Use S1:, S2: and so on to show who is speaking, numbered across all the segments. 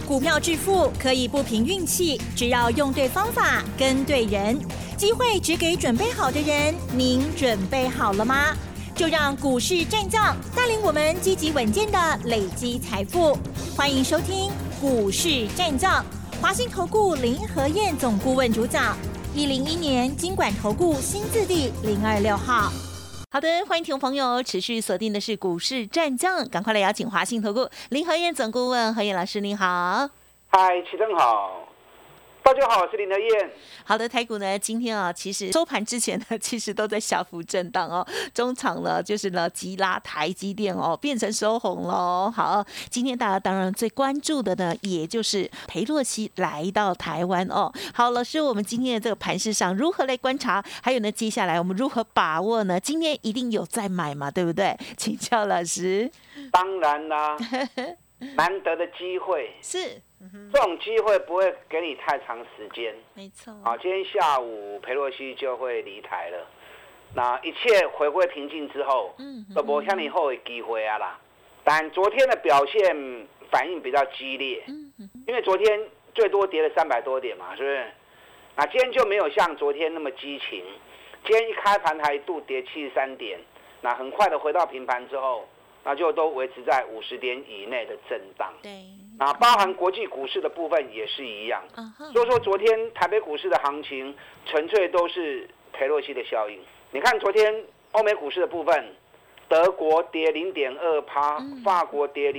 S1: 股票致富可以不凭运气，只要用对方法、跟对人。机会只给准备好的人，您准备好了吗？就让股市战将带领我们积极稳健的累积财富。欢迎收听股市战将，华信投顾林和彥总顾问主讲，101年金管投顾新字第026号。好的，欢迎听众朋友持续锁定的是股市战将，赶快来邀请华信投顾林和彥总顾问，和彥老师您好。
S2: 嗨，启正好，大家好，我是林和彥。
S1: 好的，台股呢，今天啊，其实收盘之前呢，其实都在小幅震荡哦，中场呢就是呢急拉台积电哦，变成收红了。好，今天大家当然最关注的呢，也就是裴洛西来到台湾哦。好，老师，我们今天的这个盘势上如何来观察？还有呢，接下来我们如何把握呢？今天一定有在买嘛，对不对？请教老师。
S2: 当然啦，难得的机会
S1: 是。
S2: 这种机会不会给你太长时间，
S1: 没错。
S2: 今天下午裴洛西就会离台了，那一切回归平静之后，都没像你后的机会啊啦。但昨天的表现反应比较激烈，因为昨天最多跌了300多点嘛，是不是？那今天就没有像昨天那么激情，今天一开盘还一度跌73点，那很快的回到平盘之后，那就都维持在50点以内的震荡。
S1: 对。
S2: 啊，包含国际股市的部分也是一样。所以说昨天台北股市的行情纯粹都是裴洛西的效应。你看昨天欧美股市的部分，德国跌0.2%，法国跌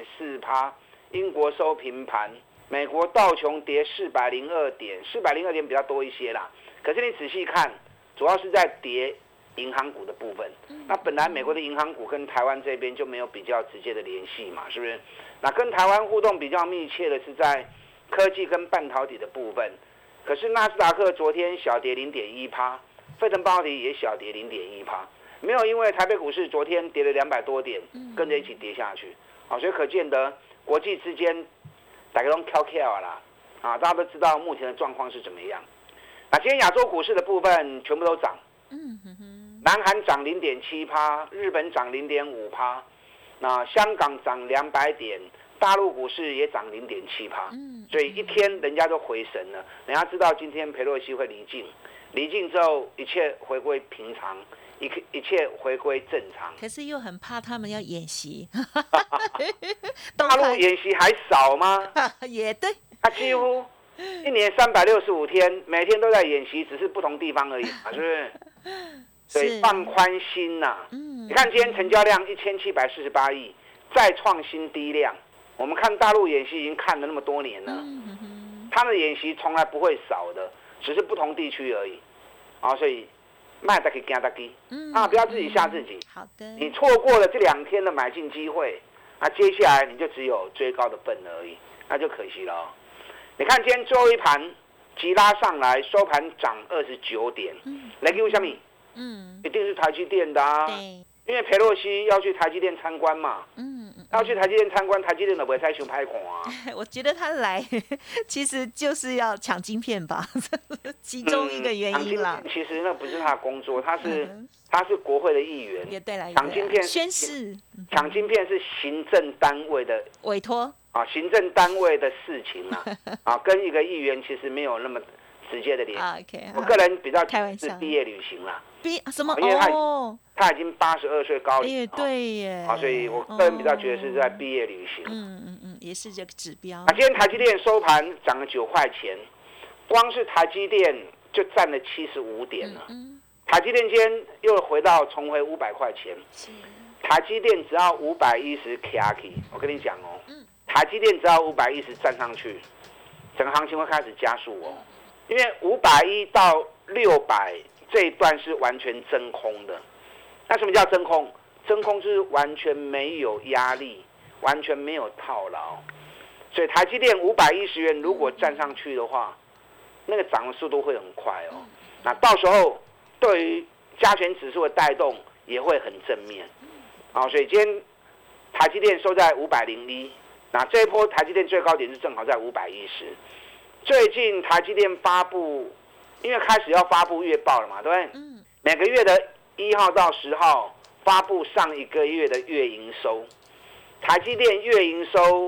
S2: 0.4%，英国收平盘，美国道琼跌402点，402点比较多一些啦。可是你仔细看，主要是在跌银行股的部分。那本来美国的银行股跟台湾这边就没有比较直接的联系嘛，是不是？那跟台湾互动比较密切的是在科技跟半导体的部分。可是纳斯达克昨天小跌0.1%，费城半导体也小跌0.1%，没有因为台北股市昨天跌了200多点跟着一起跌下去。所以可见得国际之间大家都翘翘啦，大家都知道目前的状况是怎么样。那今天亚洲股市的部分全部都涨，南韩涨0.7%，日本涨0.5%，那香港涨200点，大陆股市也涨0.7%，所以一天人家都回神了，人家知道今天裴洛西会离境，离境之后一切回归平常，一切回归正常。
S1: 可是又很怕他们要演习，
S2: 大陆演习还少吗？
S1: 也对，
S2: 他几乎一年365天，每天都在演习，只是不同地方而已嘛，是不是？所以放宽心呐。你看今天成交量1748亿，再创新低量。我们看大陆演习已经看了那么多年了，他们的演习从来不会少的，只是不同地区而已。所以卖得给惊得给，不要自己吓自己。
S1: 好的。你
S2: 错过了这2天的买进机会，接下来你就只有追高的份而已，那就可惜了。你看今天最后一盘急拉上来，收盘涨29点，来给我下面。一定是台积电的啊，因为裴洛西要去台积电参观嘛，要去台积电参观，台积电都不会太熊拍款啊。
S1: 我觉得他来其实就是要抢晶片吧，其中一个原因啦。
S2: 其实那不是他的工作，他是国会的议员，
S1: 也对啦，
S2: 抢晶片
S1: 宣誓，
S2: 抢晶片是行政单位的
S1: 委托
S2: 行政单位的事情跟一个议员其实没有那么直接的联系。我个人比较是毕业旅行啦。
S1: 什么？
S2: 因为他已经82岁高龄，
S1: 对耶。
S2: 所以我个人比较觉得是在毕业旅行。
S1: 也是这个指标。
S2: 今天台积电收盘涨了9块钱，光是台积电就占了75点了。台积电今天又重回500块钱。台积电只要510卡起，我跟你讲台积电只要510站上去，整个行情会开始加速因为510到600。这一段是完全真空的。那什么叫真空？真空就是完全没有压力，完全没有套牢。所以台积电510元如果站上去的话，那个涨的速度会很快那到时候对于加权指数的带动也会很正面。所以今天台积电收在501，那这一波台积电最高点是正好在510。最近台积电发布。因为开始要发布月报了嘛，对不对？每个月的1号到10号发布上一个月的月营收。台积电月营收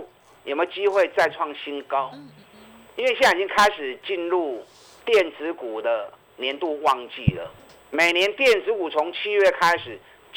S2: 有没有机会再创新高？因为现在已经开始进入电子股的年度旺季了。每年电子股从7月开始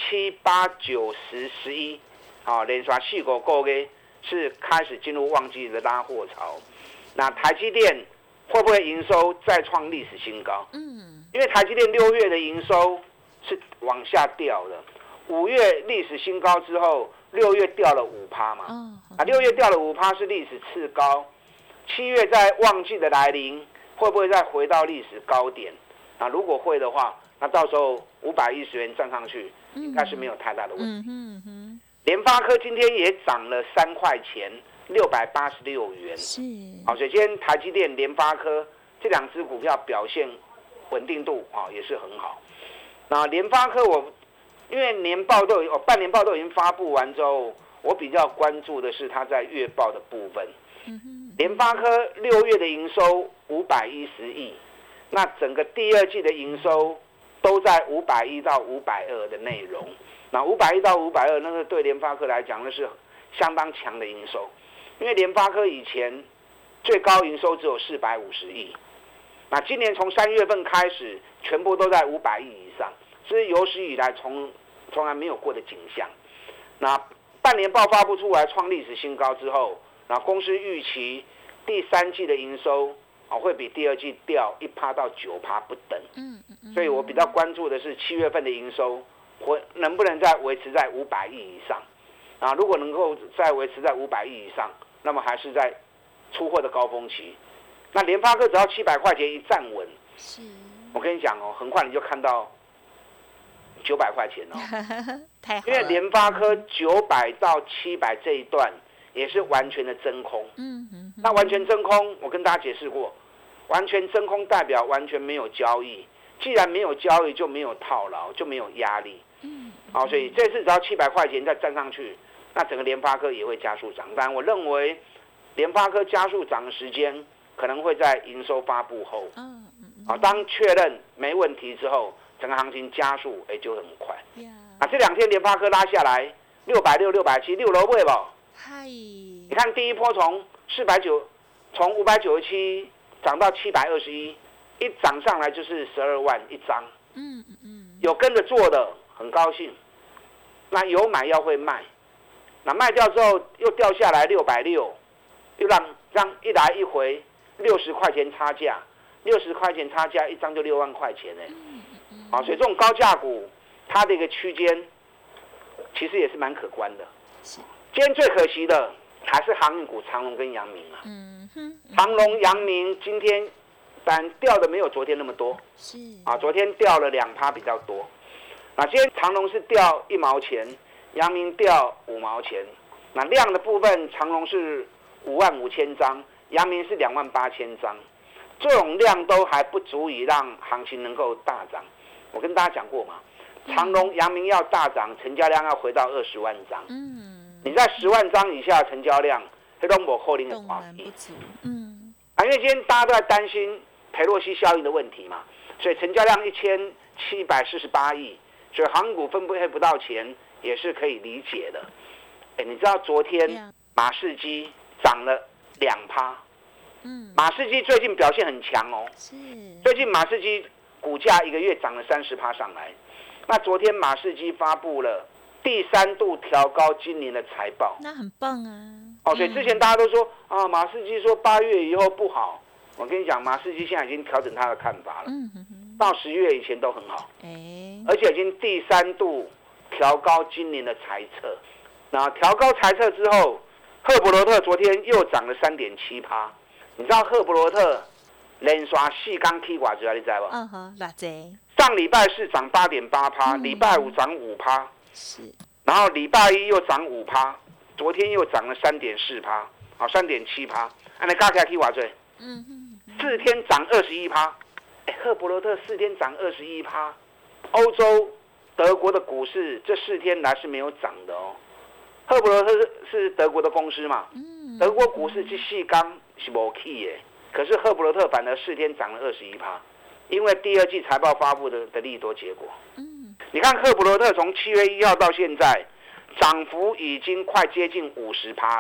S2: ，7、8、9、10、11，连续4个月是开始进入旺季的拉货潮。那台积电会不会营收再创历史新高？因为台积电6月的营收是往下掉的，5月历史新高之后，6月掉了5%嘛。6月掉了5%是历史次高，7月在旺季的来临，会不会再回到历史高点？如果会的话，那到时候510元站上去，应该是没有太大的问题。联发科今天也涨了3块钱，686元。所以今天台积电、联发科这2只股票表现稳定度也是很好。那联发科因为半年报都已经发布完之后，我比较关注的是它在月报的部分。联发科6月的营收510亿，那整个第2季的营收都在510到520的内容。那510到520，那个对联发科来讲那是相当强的营收，因为联发科以前最高营收只有450亿，那今年从3月份开始，全部都在500亿以上，这是有史以来从来没有过的景象。那半年报发布出来创历史新高之后，那公司预期第3季的营收会比第2季掉1%到9%不等。所以我比较关注的是7月份的营收能不能再维持在500亿以上。如果能够再维持在500亿以上，那么还是在出货的高峰期。那联发科只要700块钱一站稳，我跟你讲很快你就看到900块钱
S1: 太好了。
S2: 因为联发科900到700这一段也是完全的真空。那完全真空，我跟大家解释过，完全真空代表完全没有交易。既然没有交易，就没有套牢，就没有压力。所以这次只要700块钱再站上去，那整个联发科也会加速涨。当然，我认为联发科加速涨的时间可能会在营收发布后。当确认没问题之后，整个行情加速就很快。这2天联发科拉下来660、670，6楼位吧。你看第一波从597涨到721，一涨上来就是12万一张。有跟着做的很高兴，那有买要会卖，那卖掉之后又掉下来660，又让一来一回60块钱差价，60块钱差价一张就6万块钱所以这种高价股它的一个区间其实也是蛮可观的。今天最可惜的还是航运股长荣跟阳明长荣、阳明今天但掉的没有昨天那么多，昨天掉了2%比较多。那今天长荣是掉1毛钱，阳明掉5毛钱。那量的部分，长荣是55000张，阳明是28000张，这种量都还不足以让行情能够大涨。我跟大家讲过嘛，长荣、阳明要大涨，成交量要回到20万张。你在10万张以下成交量，这都没可能的话题。因为今天大家都在担心裴洛西效应的问题嘛，所以成交量1748亿，所以航股分配不到钱也是可以理解的。你知道昨天马士基涨了2%，马士基最近表现很强最近马士基股价1个月涨了30%上来。那昨天马士基发布了第3度调高今年的财报，
S1: 那很棒啊。
S2: 所以之前大家都说马士基说8月以后不好，我跟你讲，马士基现在已经调整他的看法了，到10月以前都很好，而且已经第3度调高今年的财测。那调高财测之后，赫伯罗特昨天又涨了3.7%。你知道赫伯罗特连续4天起多少，你知道吗？上礼拜4涨8.8%，礼拜5涨5%，然后礼拜1又涨5%，昨天又涨了3.4%，好3.7%，按你加起来起多少？4天涨21%，赫伯罗特4天涨21%。欧洲德国的股市这4天来是没有涨的赫伯罗特是德国的公司嘛，德国股市这4天是没起的，可是赫伯罗特反而4天涨了21%，因为第2季财报发布的利多结果。你看赫伯罗特从7月1号到现在，涨幅已经快接近50%了，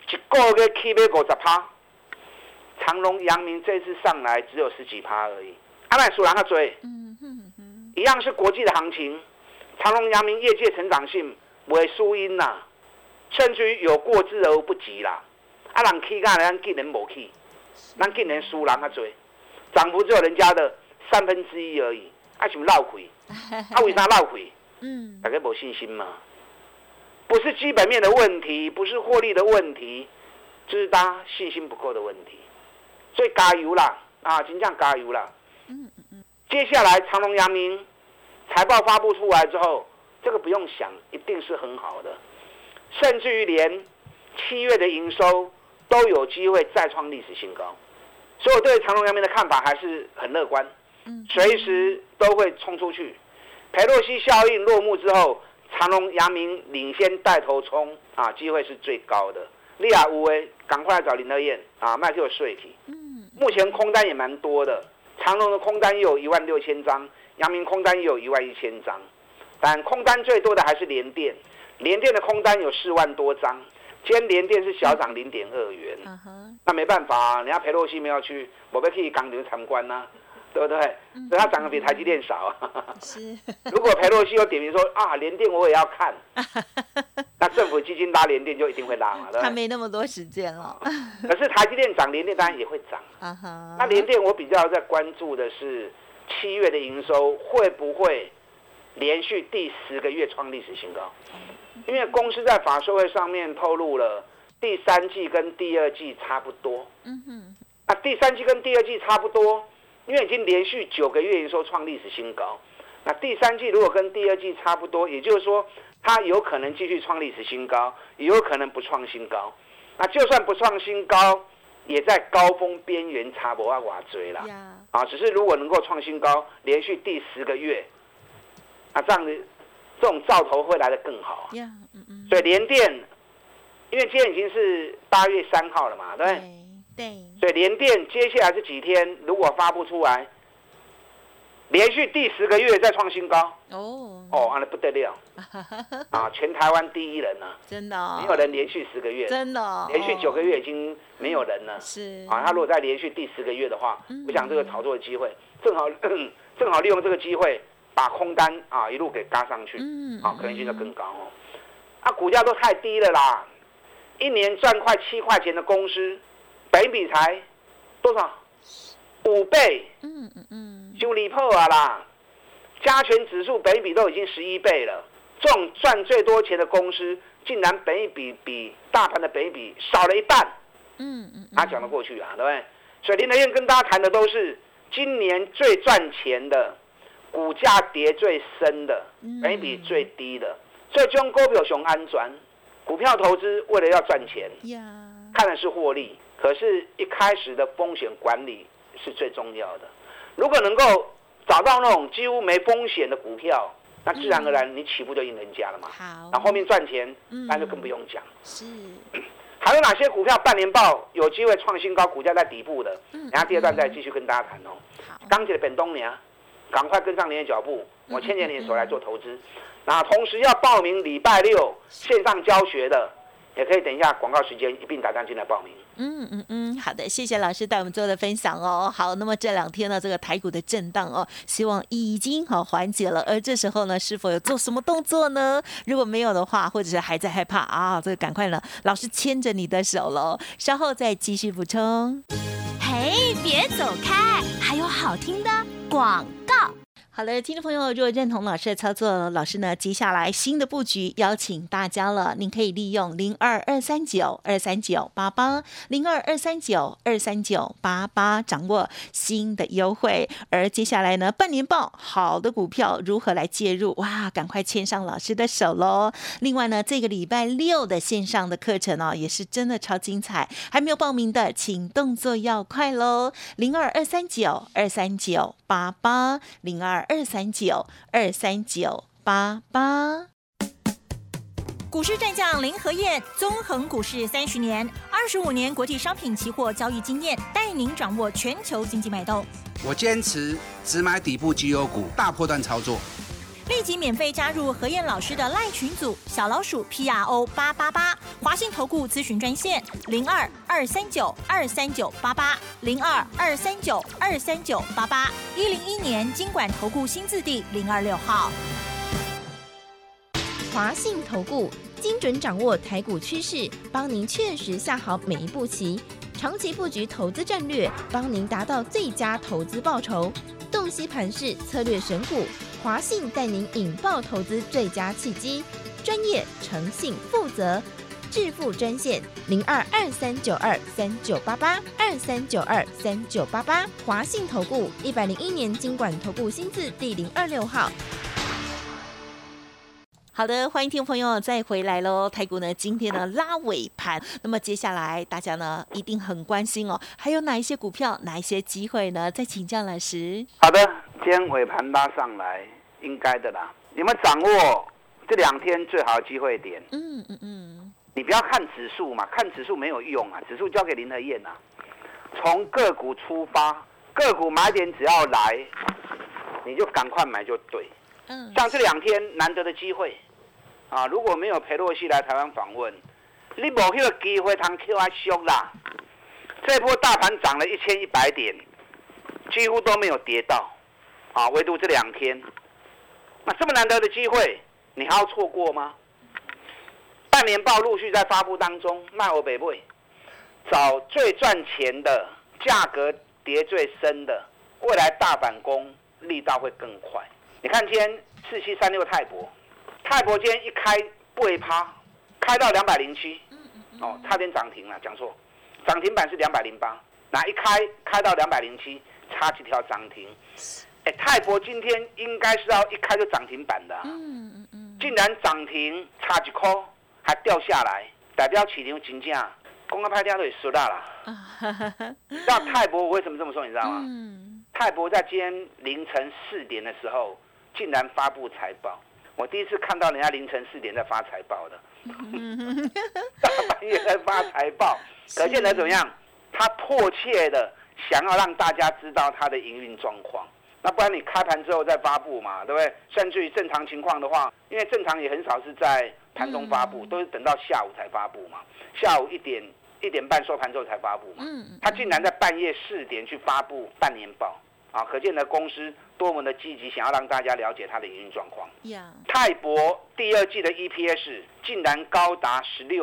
S2: 一个月起码50%，长荣、阳明这次上来只有10几%而已，那输人较多。一样是国际的行情，长荣、阳明业界成长性不会输因啦，甚至于有过之而不及啦。人起价咱竟然没起，咱竟然输人较多，涨幅只有人家的1/3而已，什么闹亏？为啥闹亏？大家没信心嘛？不是基本面的问题，不是获利的问题，就是大家信心不够的问题。所以加油啦！真正加油啦！接下来长荣、阳明财报发布出来之后，这个不用想，一定是很好的，甚至于连7月的营收都有机会再创历史新高。所以我对长荣、阳明的看法还是很乐观，随时都会冲出去。裴洛西效应落幕之后，长荣、阳明领先带头冲机会是最高的。你也有的赶快来找林德燕卖给我税体。目前空单也蛮多的，长荣的空单也有16000张，阳明空单也有11000张，但空单最多的还是联电，联电的空单有4万多张。今天联电是小涨0.2元，那没办法人家裴洛西没有去，我要去工厂参观对不对？所以它涨得比台积电少
S1: 是。
S2: 如果裴洛西有点名说联电我也要看，那政府基金拉联电就一定会拉嘛，对不对？
S1: 他没那么多时间了。
S2: 可是台积电涨，联电当然也会涨。那联电我比较在关注的是7月的营收会不会连续第10个月创历史新高？因为公司在法说会上面透露了第3季跟第2季差不多。那第3季跟第2季差不多，因为已经连续9个月营收创历史新高。那第3季如果跟第2季差不多，也就是说它有可能继续创历史新高，也有可能不创新高。那就算不创新高，也在高峰边缘差不多往追了。只是如果能够创新高，连续第10个月，这样的这种兆头会来得更好。所以联电，因为今天已经是8月3号了嘛，对不对？
S1: 对。
S2: 所以联电接下来这几天如果发布出来，连续第10个月再创新高，那不得了全台湾第一人了，
S1: 真的
S2: 没有人连续10个月，
S1: 真的
S2: 连续9个月已经没有人了。
S1: 是
S2: 他如果再连续第10个月的话，我想这个炒作的机会正好利用这个机会把空单一路给嘎上去，可能性就更高股价都太低了啦，一年赚快7块钱的公司，本益比才多少？5倍，就离谱啦！加权指数本益比都已经11倍了，这种赚最多钱的公司，竟然本益比比大盘的本益比少了一半，讲得过去对不对？所以林德燕跟大家谈的都是今年最赚钱的，股价跌最深的，本益比最低的，所以这种股票上安全。股票投资为了要赚钱，看的是获利，可是一开始的风险管理是最重要的。如果能够找到那种几乎没风险的股票，那自然而然你起步就赢人家了嘛。然后后面赚钱，那就更不用讲。是。还有哪些股票半年报有机会创新高，股价在底部的？然后第2段再继续跟大家谈钢铁的本东年，赶快跟上您的脚步，我牵着你的手来做投资。那同时要报名礼拜6线上教学的，也可以等一下广告时间一并打单进来报名。
S1: 好的，谢谢老师带我们做的分享哦。好，那么这2天呢，这个台股的震荡希望已经缓解了。而这时候呢，是否有做什么动作呢？如果没有的话，或者是还在害怕这个赶快呢，老师牵着你的手喽。稍后再继续补充。
S3: 嘿，别走开，还有好听的广告。
S1: 好的，听众朋友，如果认同老师的操作，老师呢接下来新的布局邀请大家了，您可以利用02-239-23988 02-239-23988掌握新的优惠。而接下来呢，半年报好的股票如何来介入？哇，赶快牵上老师的手喽！另外呢，这个礼拜6的线上的课程也是真的超精彩，还没有报名的，请动作要快喽！02-239-23988 02-239-23988。 股市战将林和彥，纵横股市30年，25年国际商品期货交易经验，带您掌握全球经济脉动。
S4: 我坚持只买底部绩优股，大波段操作。
S1: 立即免费加入何燕老师的赖群组小老鼠 PRO888，华信投顾咨询专线02-239-23988，02-239-23988，101年金管投顾新字第026号。
S4: 华信投顾精准掌握台股趋势，帮您确实下好每一步棋，长期布局投资战略，帮您达到最佳投资报酬。洞悉盘势，策略选股，华信带您引爆投资最佳契机，专业、诚信、负责。致富专线02-2392-3988，2392-3988，华信投顾101年金管投顾新字第026号。
S5: 好的，欢迎听众朋友再回来喽。台股呢今天呢拉尾盘，那么接下来大家呢一定很关心哦，还有哪一些股票，哪一些机会呢？再请教老师。
S2: 好的，今天尾盘拉上来，应该的啦。有没有掌握这2天最好的机会点？你不要看指数嘛，看指数没有用啊，指数交给林和燕啊。从个股出发，个股买点只要来，你就赶快买就对。像这2天难得的机会啊，如果没有裴洛西来台湾访问，你没那个机会通扣啊俗啦。这波大盘涨了1100点，几乎都没有跌到啊，唯独这2天。那这么难得的机会，你还要错过吗？半年报陆续在发布当中，卖我北贝，找最赚钱的，价格跌最深的，未来大反攻力道会更快。你看今天4736泰博，泰博今天一开8%，开到207，哦，差点涨停了，讲错，涨停板是208，那一开到207，差几条涨停。泰博今天应该是要一开就涨停板的，竟然涨停差几块。还掉下来，代表市场真正公开拍掉都也输啦。知道泰博我为什么这么说？你知道吗？泰博在今天凌晨4点的时候，竟然发布财报。我第一次看到人家凌晨4点在发财报的，大半夜在发财报，可见得怎么样？他迫切的想要让大家知道他的营运状况。那不然你开盘之后再发布嘛，对不对？甚至于正常情况的话，因为正常也很少是在盘中发布，都是等到下午才发布嘛，下午1点半收盘之后才发布嘛。他竟然在半夜4点去发布半年报啊，可见的公司多么的积极，想要让大家了解它的营运状况。泰博第2季的 EPS 竟然高达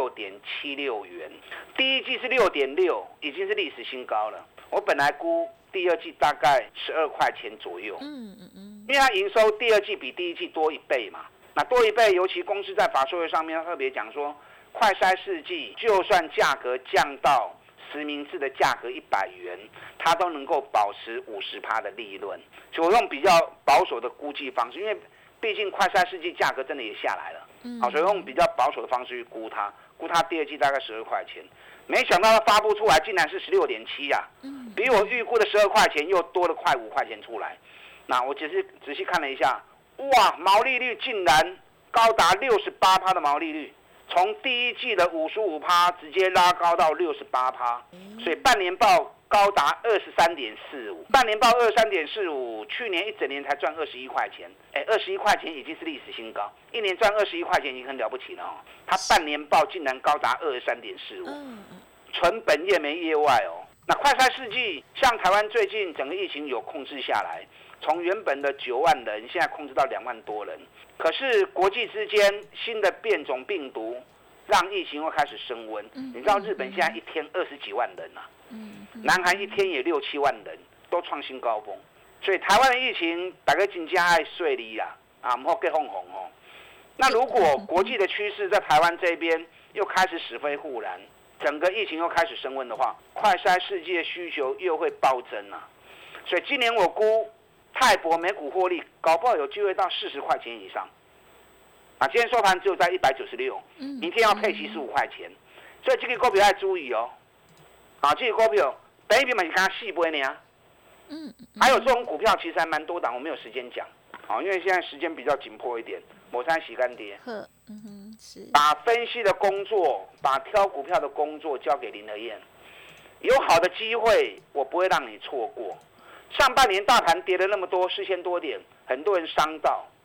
S2: 16.76元，第1季是6.6，已经是历史新高了。我本来估第2季大概12块钱左右，因为它营收第2季比第1季多1倍嘛。那多1倍，尤其公司在法说会上面特别讲说，快筛试剂就算价格降到实名制的价格100元，它都能够保持50%的利润。所以我用比较保守的估计方式，因为毕竟快筛试剂价格真的也下来了，所以用比较保守的方式去估它第2季大概12块钱。没想到它发布出来竟然是16.7啊，比我预估的12块钱又多了快5块钱出来。那我仔细看了一下，哇，毛利率竟然高达68%的毛利率，从第1季的55%直接拉高到68%，所以半年报高达23.45，半年报23.45，去年1整年才赚21块钱，21块钱已经是历史新高，一年赚21块钱已经很了不起了哦。它半年报竟然高达23.45，纯本业没业外哦。那快筛试剂，像台湾最近整个疫情有控制下来，从原本的9万人，现在控制到2万多人。可是国际之间新的变种病毒，让疫情又开始升温。你知道日本现在一天20几万人啊，南韩一天也6、7万人，都创新高峰。所以台湾的疫情大概真正爱顺利啦，唔好给哄哄哦。那如果国际的趋势在台湾这边又开始死灰复燃，整个疫情又开始升温的话，快筛试剂的需求又会暴增啊。所以今年我估泰博每股获利搞不好有机会到40块钱以上。今天收盘只有在196，明天要配息15块钱，所以这个股票要注意哦。这个股票本益比嘛是刚4倍呢。还有这种股票其实还蛮多档，我没有时间讲，因为现在时间比较紧迫一点，我才洗干爹。把分析的工作，把挑股票的工作交给林和燕，有好的机会我不会让你错过。上半年大盘跌了那么多，4000多点，很多人伤到，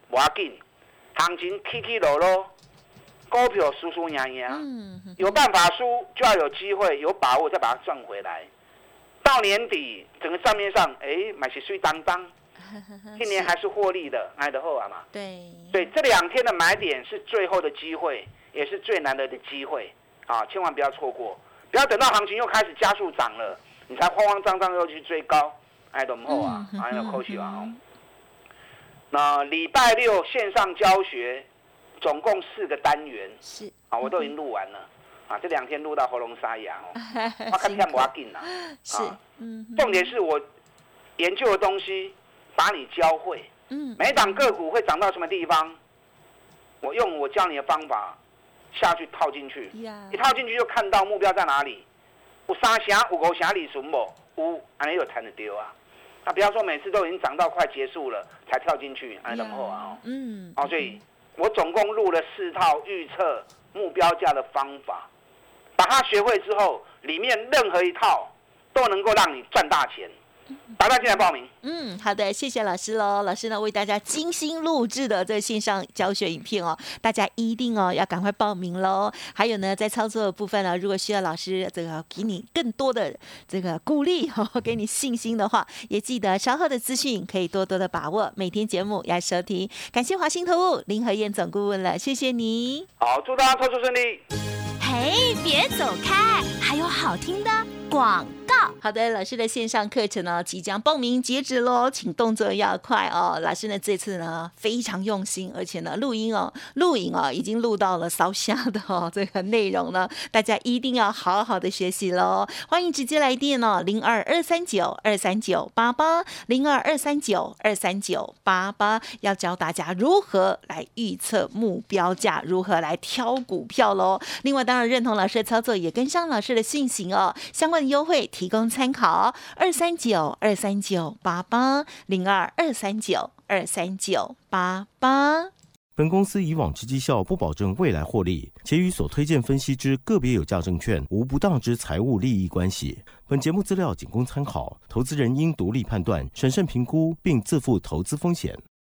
S2: 不要紧，行情起起落落，股票输输赢赢，有办法输就要有机会，有把握再把它赚回来。到年底，整个账面上，买些水当当，今年还是获利的，买得后啊嘛。
S5: 对，
S2: 所以这2天的买点是最后的机会，也是最难得的机会啊！千万不要错过，不要等到行情又开始加速涨了，你才慌慌张张又去追高，懂后啊，有扣起啊！那礼拜6线上教学，总共4个单元，
S5: 是
S2: 啊，我都已经录完了。这2天录到喉咙沙哑我看不要紧啦。
S5: 是，
S2: 重点是我研究的东西，把你教会。每档个股会涨到什么地方，我用我教你的方法下去套进去，一套进去就看到目标在哪里。有3成、有5成利润无？有，安尼就谈得丢啊。那不要说每次都已经涨到快结束了才跳进去，安尼怎么好啊？所以我总共录了4套预测目标价的方法。把它学会之后，里面任何一套都能够让你赚大钱。大家进来报名。
S5: 好的，谢谢老师喽。老师呢为大家精心录制的这线上教学影片哦，大家一定要赶快报名喽。还有呢，在操作的部分呢，如果需要老师这个给你更多的这个鼓励给你信心的话，也记得稍后的资讯可以多多的把握。每天节目要收听，感谢华兴投顾林和燕总顾问了，谢谢你。
S2: 好，祝大家操作顺利。
S3: 嘿，别走开，还有好听的广告。
S5: 好的，老师的线上课程呢即将报名截止咯，请动作要快哦。老师呢这次呢非常用心，而且呢录影已经录到了烧瞎的这个内容呢，大家一定要好好的学习咯。欢迎直接来电哦，02-239-23988 02-239-23988，要教大家如何来预测目标价，如何来挑股票咯。另外当然认同老师的操作，也跟上老师的讯息哦，相关的优惠提供参考，239-23988 02-239-23988。
S6: 本公司以往之绩效不保证未来获利，且与所推荐分析之个别有价证券无不当之财务利益关系。本节目资料仅供参考，投资人应独立判断、审慎评估，并自负投资风险。